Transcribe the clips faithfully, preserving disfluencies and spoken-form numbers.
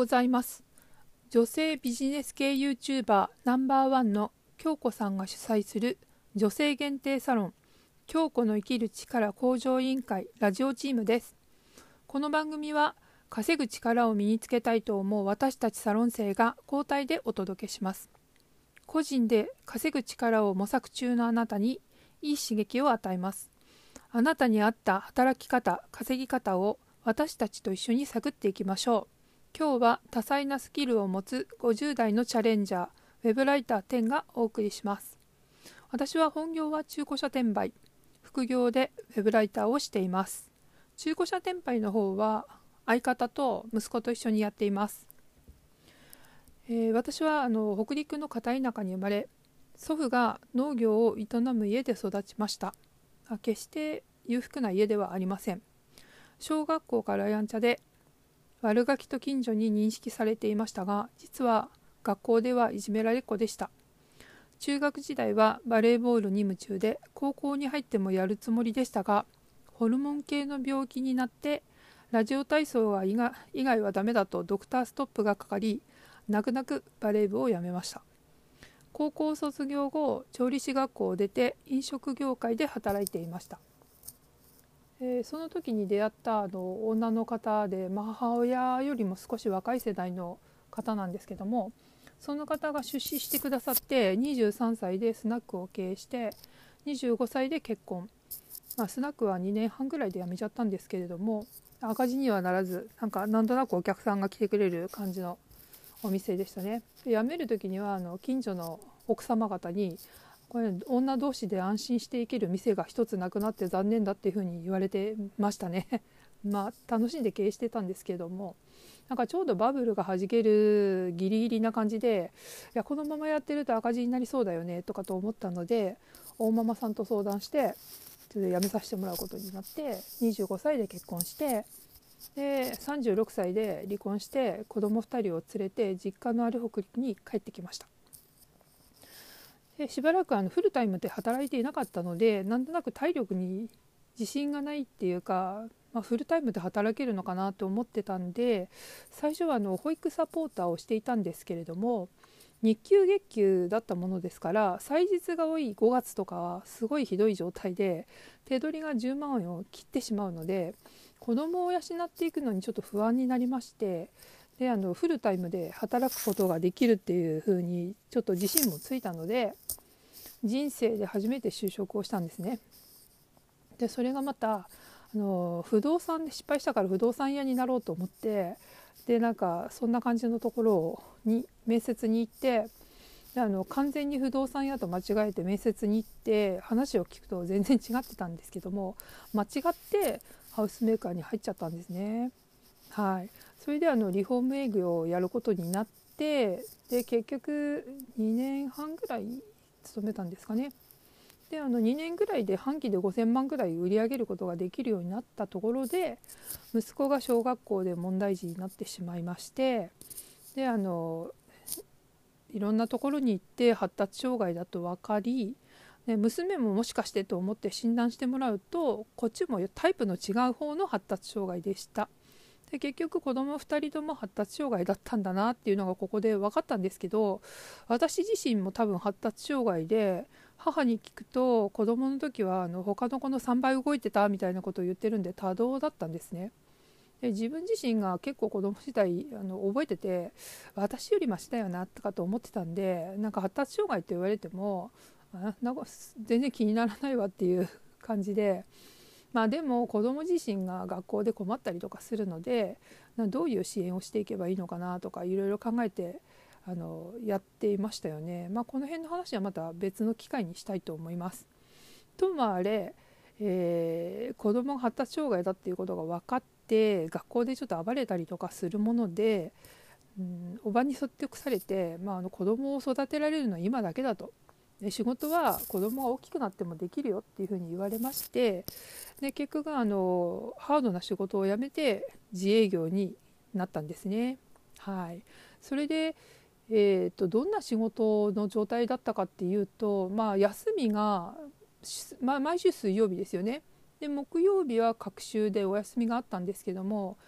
ございます。女性ビジネス系 YouTuber ナンバーワンの京子さんが主催する女性限定サロン京子の生きる力向上委員会ラジオチームです。この番組は稼ぐ力を身につけたいと思う私たちサロン生が交代でお届けします。個人で稼ぐ力を模索中のあなたにいい刺激を与えます。あなたに合った働き方、稼ぎ方を私たちと一緒に探っていきましょう。今日は多彩なスキルを持つごじゅう代のチャレンジャー、ウェブライターテンがお送りします。私は本業は中古車転売、副業でウェブライターをしています。中古車転売の方は相方と息子と一緒にやっています。えー、私はあの北陸の片田舎に生まれ、祖父が農業を営む家で育ちました。決して裕福な家ではありません。小学校からやんちゃで悪ガキと近所に認識されていましたが、実は学校ではいじめられっ子でした。中学時代はバレーボールに夢中で、高校に入ってもやるつもりでしたが、ホルモン系の病気になってラジオ体操は以外、以外はダメだとドクターストップがかかり、泣く泣くバレー部をやめました。高校卒業後、調理師学校を出て飲食業界で働いていました。えー、その時に出会ったあの女の方で、まあ、母親よりも少し若い世代の方なんですけども、その方が出資してくださってにじゅうさんさいでスナックを経営してにじゅうごさいで結婚、まあ、スナックはにねんはんぐらいで辞めちゃったんですけれども、赤字にはならず、なんかなんとなくお客さんが来てくれる感じのお店でしたね。で辞める時にはあの近所の奥様方に、これ女同士で安心していける店が一つなくなって残念だっていうふうに言われてましたねまあ楽しんで経営してたんですけども、なんかちょうどバブルがはじけるギリギリな感じで、いやこのままやってると赤字になりそうだよねとかと思ったので、大ママさんと相談してちょっと辞めさせてもらうことになって、にじゅうごさいで結婚して、でさんじゅうろくさいで離婚して子供ふたりを連れて実家のある北陸に帰ってきました。でしばらくあのフルタイムで働いていなかったので、なんとなく体力に自信がないっていうか、まあ、フルタイムで働けるのかなと思ってたんで、最初はあの保育サポーターをしていたんですけれども、日給月給だったものですから、祭日が多いごがつとかはすごいひどい状態で手取りがじゅうまんえんを切ってしまうので、子供を養っていくのにちょっと不安になりまして、であのフルタイムで働くことができるっていう風にちょっと自信もついたので、人生で初めて就職をしたんですね。でそれがまたあの不動産で失敗したから不動産屋になろうと思って、でなんかそんな感じのところに面接に行って、であの完全に不動産屋と間違えて面接に行って話を聞くと全然違ってたんですけども、間違ってハウスメーカーに入っちゃったんですね。はい、それであのリフォーム営業をやることになって、で結局にねんはんぐらい勤めたんですかね。であのにねんぐらいで半期でごせんまんぐらい売り上げることができるようになったところで、息子が小学校で問題児になってしまいまして、であのいろんなところに行って発達障害だと分かり、で娘ももしかしてと思って診断してもらうと、こっちもタイプの違う方の発達障害でした。で結局子供ふたりとも発達障害だったんだなっていうのがここで分かったんですけど、私自身も多分発達障害で、母に聞くと子供の時はあの他の子のさんばい動いてたみたいなことを言ってるんで多動だったんですね。で自分自身が結構子供時代あの覚えてて、私よりマシだよなとかと思ってたんで、なんか発達障害って言われてもあなんか全然気にならないわっていう感じで、まあでも子ども自身が学校で困ったりとかするので、どういう支援をしていけばいいのかなとかいろいろ考えてあのやっていましたよね。まあこの辺の話はまた別の機会にしたいと思います。ともあれ、えー、子どもが発達障害だっていうことが分かって学校でちょっと暴れたりとかするもので、うん、おばに説得されて、まあ、あの子どもを育てられるのは今だけだと、で仕事は子どもが大きくなってもできるよっていうふうに言われまして、で結局あのハードな仕事を辞めて自営業になったんですね。はい、それで、えー、とどんな仕事の状態だったかっていうと、まあ、休みが、まあ、毎週水曜日ですよね。で木曜日は隔週でお休みがあったんですけども、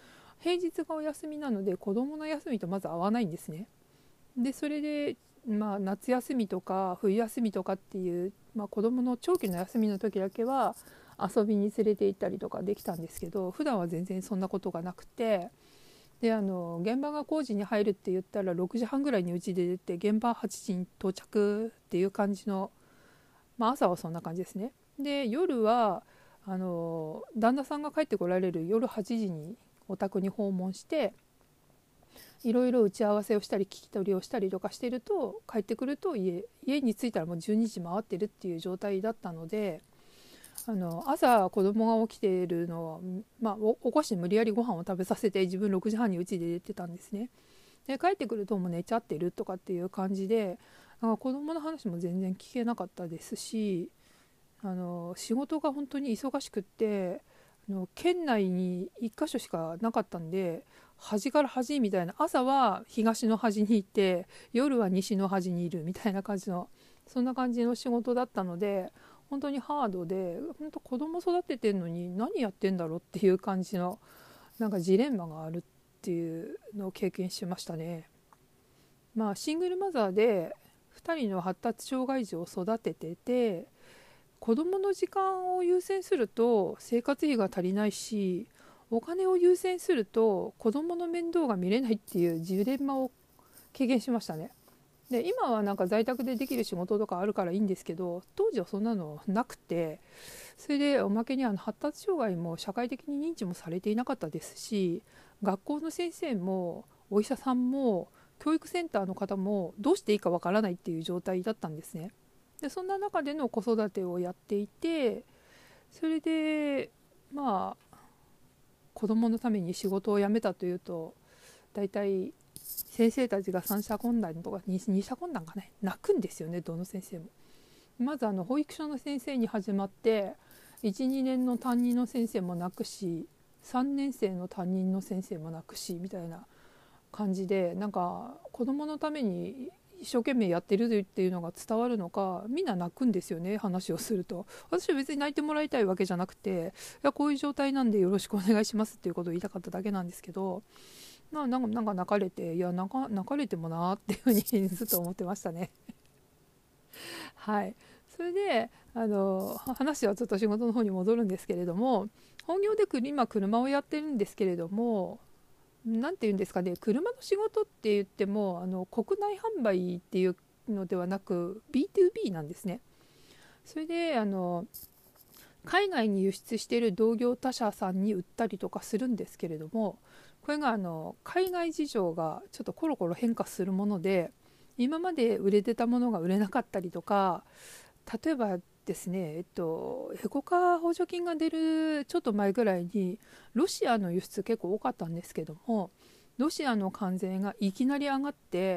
平日がお休みなので子どもの休みとまず合わないんですね。でそれで、まあ、夏休みとか冬休みとかっていう、まあ、子どもの長期の休みの時だけは遊びに連れて行ったりとかできたんですけど、普段は全然そんなことがなくて、であの現場が工事に入るって言ったらろくじはんぐらいにうちで出て現場はちじに到着っていう感じの、まあ、朝はそんな感じですね。で夜はあの旦那さんが帰ってこられる夜はちじにお宅に訪問して、いろいろ打ち合わせをしたり聞き取りをしたりとかしてると、帰ってくると 家, 家に着いたらもうじゅうにじ回ってるっていう状態だったので、あの朝子供が起きているのは、まあ、起こして無理やりご飯を食べさせて自分ろくじはんにうちで出てたんですね。で帰ってくるともう寝ちゃってるとかっていう感じで、なんか子供の話も全然聞けなかったですし、あの仕事が本当に忙しくって、あの県内にいっかしょしかなかったんで、端から端みたいな、朝は東の端にいて夜は西の端にいるみたいな感じの、そんな感じの仕事だったので、本当にハードで、本当子供育ててんのに何やってんだろうっていう感じのなんかジレンマがあるっていうのを経験しましたね。まあシングルマザーでふたりの発達障害児を育ててて、子供の時間を優先すると生活費が足りないし、お金を優先すると子供の面倒が見れないっていうジレンマを経験しましたね。で今はなんか在宅でできる仕事とかあるからいいんですけど、当時はそんなのなくて、それでおまけにあの発達障害も社会的に認知もされていなかったですし、学校の先生もお医者さんも教育センターの方もどうしていいかわからないっていう状態だったんですね。でそんな中での子育てをやっていて、それでまあ子供のために仕事を辞めたというと、だいたい先生たちが三者懇談とか二者懇談がね泣くんですよね、どの先生も。まずあの保育所の先生に始まって、いち、にねんの担任の先生も泣くし、さんねん生の担任の先生も泣くしみたいな感じで、なんか子供のために一生懸命やってるっていうのが伝わるのか、みんな泣くんですよね、話をすると。私は別に泣いてもらいたいわけじゃなくて、いやこういう状態なんでよろしくお願いしますっていうことを言いたかっただけなんですけど、ななんかなんか泣かれて、いや泣か泣かれてもなーっていうふうにずっと思ってましたね。はい。それであの話はちょっと仕事の方に戻るんですけれども、本業で今車をやってるんですけれども、なんていうんですかね、車の仕事って言ってもあの国内販売っていうのではなく ビーツービー なんですね。それであの海外に輸出している同業他社さんに売ったりとかするんですけれども、これがあの海外事情がちょっとコロコロ変化するもので、今まで売れてたものが売れなかったりとか、例えばですね、えっと、エコカー補助金が出るちょっと前ぐらいにロシアの輸出結構多かったんですけども、ロシアの関税がいきなり上がって、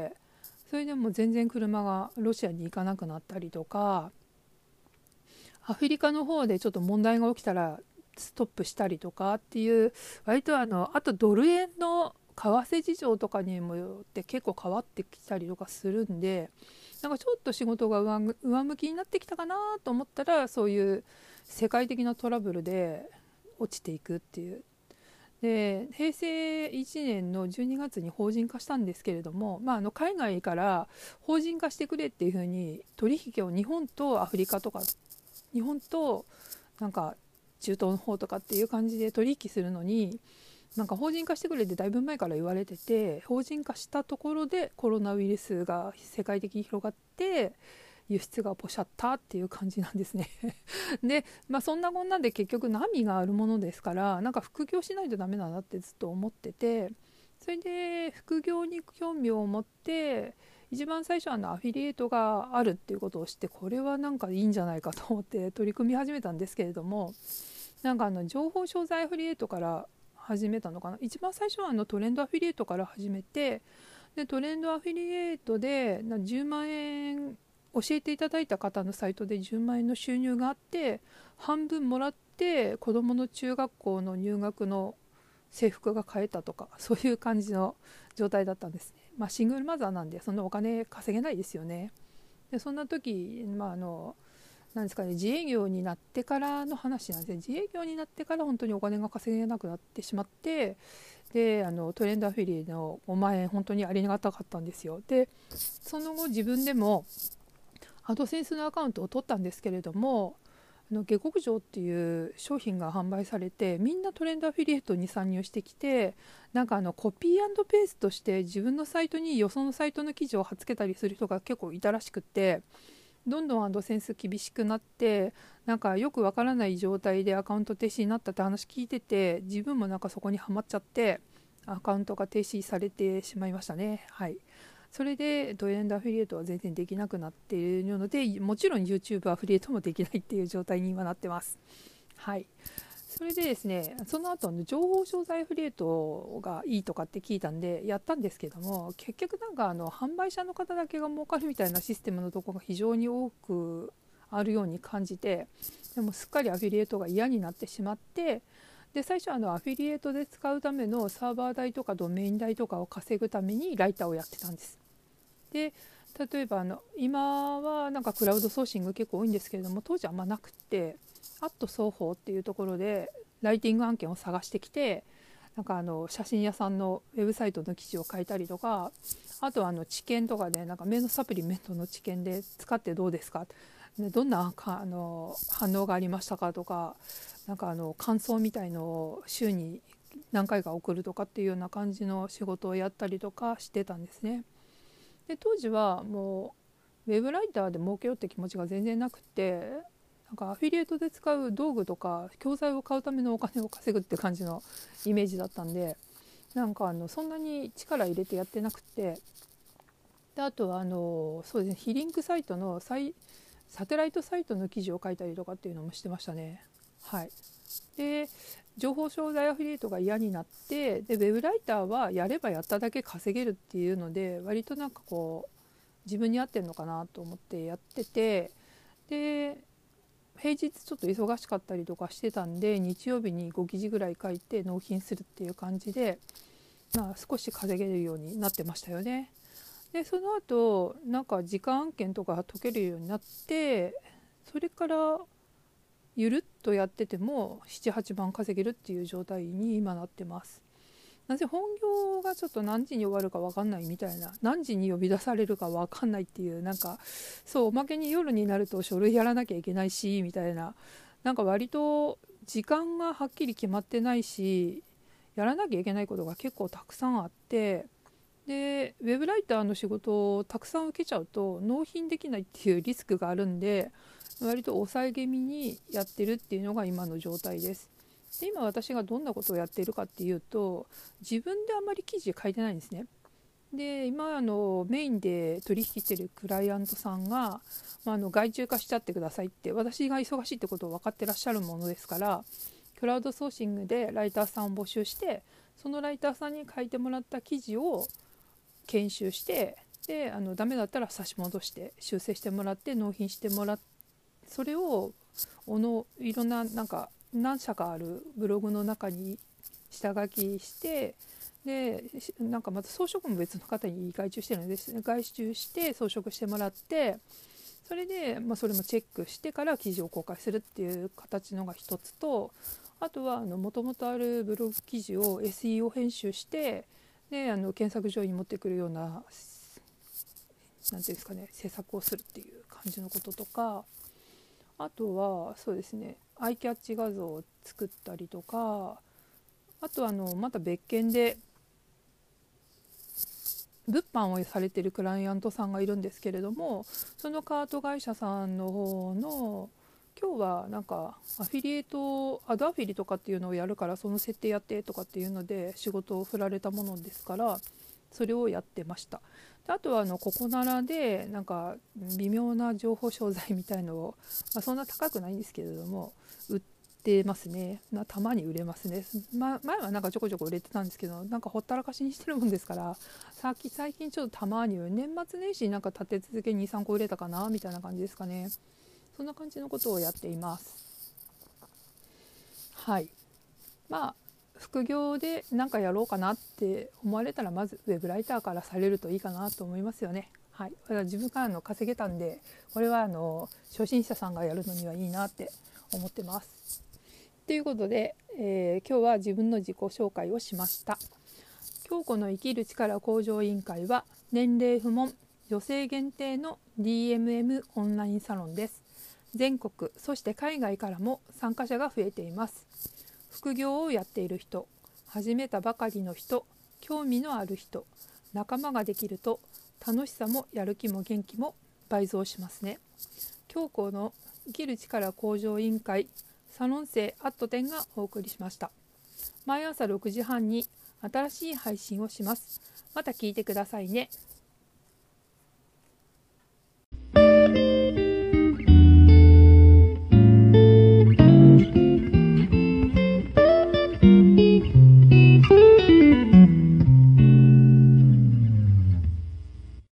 それでも全然車がロシアに行かなくなったりとか、アフリカの方でちょっと問題が起きたらストップしたりとかっていう、割とあのあとドル円の為替事情とかにもよって結構変わってきたりとかするんで、なんかちょっと仕事が上向きになってきたかなと思ったら、そういう世界的なトラブルで落ちていくっていう。で平成いちねんのじゅうにがつに法人化したんですけれども、まあ、あの海外から法人化してくれっていうふうに取引を日本とアフリカとか日本となんか中東の方とかっていう感じで取引するのに、なんか法人化してくれってだいぶ前から言われてて、法人化したところでコロナウイルスが世界的に広がって輸出がポシャったっていう感じなんですねで、まあ、そんなこんなんで結局波があるものですから、なんか副業しないとダメだなってずっと思ってて、それで副業に興味を持って、一番最初はあのアフィリエイトがあるっていうことを知って、これはなんかいいんじゃないかと思って取り組み始めたんですけれども、なんかあの情報商材アフィリエイトから始めたのかな。一番最初はあのトレンドアフィリエイトから始めて、でトレンドアフィリエイトでじゅうまんえん教えていただいた方のサイトでじゅうまんえんの収入があって、半分もらって子どもの中学校の入学の制服が買えたとか、そういう感じの状態だったんですね。まあ、シングルマザーなんでそんなお金稼げないですよね。でそんな時、まあ、あのなんですかね、自営業になってからの話なんですね。自営業になってから本当にお金が稼げなくなってしまって、 であのトレンドアフィリエのごまん円本当にありがたかったんですよ。でその後自分でもアドセンスのアカウントを取ったんですけれども、あの下克上っていう商品が販売されて、みんなトレンドアフィリエイトに参入してきて、なんかあのコピー&ペーストして自分のサイトによそのサイトの記事を貼っつけたりする人が結構いたらしくって、どんどんアドセンス厳しくなって、なんかよくわからない状態でアカウント停止になったって話聞いてて、自分もなんかそこにはまっちゃってアカウントが停止されてしまいましたね。はい。それでトレンドアフィリエイトは全然できなくなっているので、もちろん YouTube アフィリエイトもできないっていう状態に今なってます。はい。それでですね、その後の情報商材アフィリエイトがいいとかって聞いたんでやったんですけども、結局なんかあの販売者の方だけが儲かるみたいなシステムのところが非常に多くあるように感じて、でもすっかりアフィリエイトが嫌になってしまって、で最初はあのアフィリエイトで使うためのサーバー代とかドメイン代とかを稼ぐためにライターをやってたんです。で例えばあの今はなんかクラウドソーシング結構多いんですけれども、当時はあんまなくて、アット双方っていうところでライティング案件を探してきて、なんかあの写真屋さんのウェブサイトの記事を書いたりとか、あとはあの知見とかでなんか目のサプリメントの知見で使ってどうですか、どんなあの反応がありましたかとか、なんかあの感想みたいのを週に何回か送るとかっていうような感じの仕事をやったりとかしてたんですね。で当時はもうウェブライターで儲けようって気持ちが全然なくて、なんかアフィリエイトで使う道具とか教材を買うためのお金を稼ぐって感じのイメージだったんで、なんかあのそんなに力入れてやってなくて、であとはあのそうですね、非リンクサイトのサイサテライトサイトの記事を書いたりとかっていうのもしてましたね。はい。で情報商材アフィリエイトが嫌になって、でウェブライターはやればやっただけ稼げるっていうので、割となんかこう自分に合ってるのかなと思ってやってて、で平日ちょっと忙しかったりとかしてたんで、日曜日にご記事ぐらい書いて納品するっていう感じで、まあ、少し稼げるようになってましたよね。でその後なんか時間案件とか解けるようになって、それからゆるっとやっててもななはちまん稼げるっていう状態に今なってます。なぜ本業がちょっと何時に終わるか分かんないみたいな、何時に呼び出されるか分かんないっていう、なんかそうおまけに夜になると書類やらなきゃいけないしみたいな、なんか割と時間がはっきり決まってないし、やらなきゃいけないことが結構たくさんあって、でウェブライターの仕事をたくさん受けちゃうと納品できないっていうリスクがあるんで、割と抑え気味にやってるっていうのが今の状態です。で今私がどんなことをやっているかっていうと、自分であんまり記事書いてないんですね。で今あのメインで取引してるクライアントさんが、まあ、あの外注化しちゃってくださいって、私が忙しいってことを分かってらっしゃるものですから、クラウドソーシングでライターさんを募集して、そのライターさんに書いてもらった記事を研修して、であのダメだったら差し戻して修正してもらって納品してもらって、それをおのいろんななんか何社かあるブログの中に下書きして、でなんかまた装飾も別の方に外注してるので、外注して装飾してもらって、それで、まあ、それもチェックしてから記事を公開するっていう形のが一つと、あとはもともとあるブログ記事を エスイーオー 編集して、であの検索上に持ってくるような、なんていうんですかね、制作をするっていう感じのこととか、あとはそうですね、アイキャッチ画像を作ったりとか、あとあのまた別件で物販をされているクライアントさんがいるんですけれども、そのカート会社さんの方の今日はなんかアフィリエイトアドアフィリとかっていうのをやるから、その設定やってとかっていうので仕事を振られたものですから、それをやってました。であとはあのココナラでなんか微妙な情報商材みたいのを、まあ、そんな高くないんですけれども売ってますね。なたまに売れますね、ま、前はなんかちょこちょこ売れてたんですけど、なんかほったらかしにしてるもんですから、さっき最近ちょっとたまに年末年始になんか立て続けに にさんこ売れたかなみたいな感じですかね。そんな感じのことをやっています。はい。まあ副業で何かやろうかなって思われたら、まずウェブライターからされるといいかなと思いますよね。はい、自分からの稼げたんで、これはあの初心者さんがやるのにはいいなって思ってます。ということで、えー、今日は自分の自己紹介をしました。 京子の生きる力向上委員会は年齢不問、女性限定の ディーエムエム オンラインサロンです。全国、そして海外からも参加者が増えています。副業をやっている人、始めたばかりの人、興味のある人、仲間ができると楽しさもやる気も元気も倍増しますね。京子の生きる力向上委員会サロン生アット店がお送りしました。毎朝ろくじはんに新しい配信をします。また聞いてくださいね。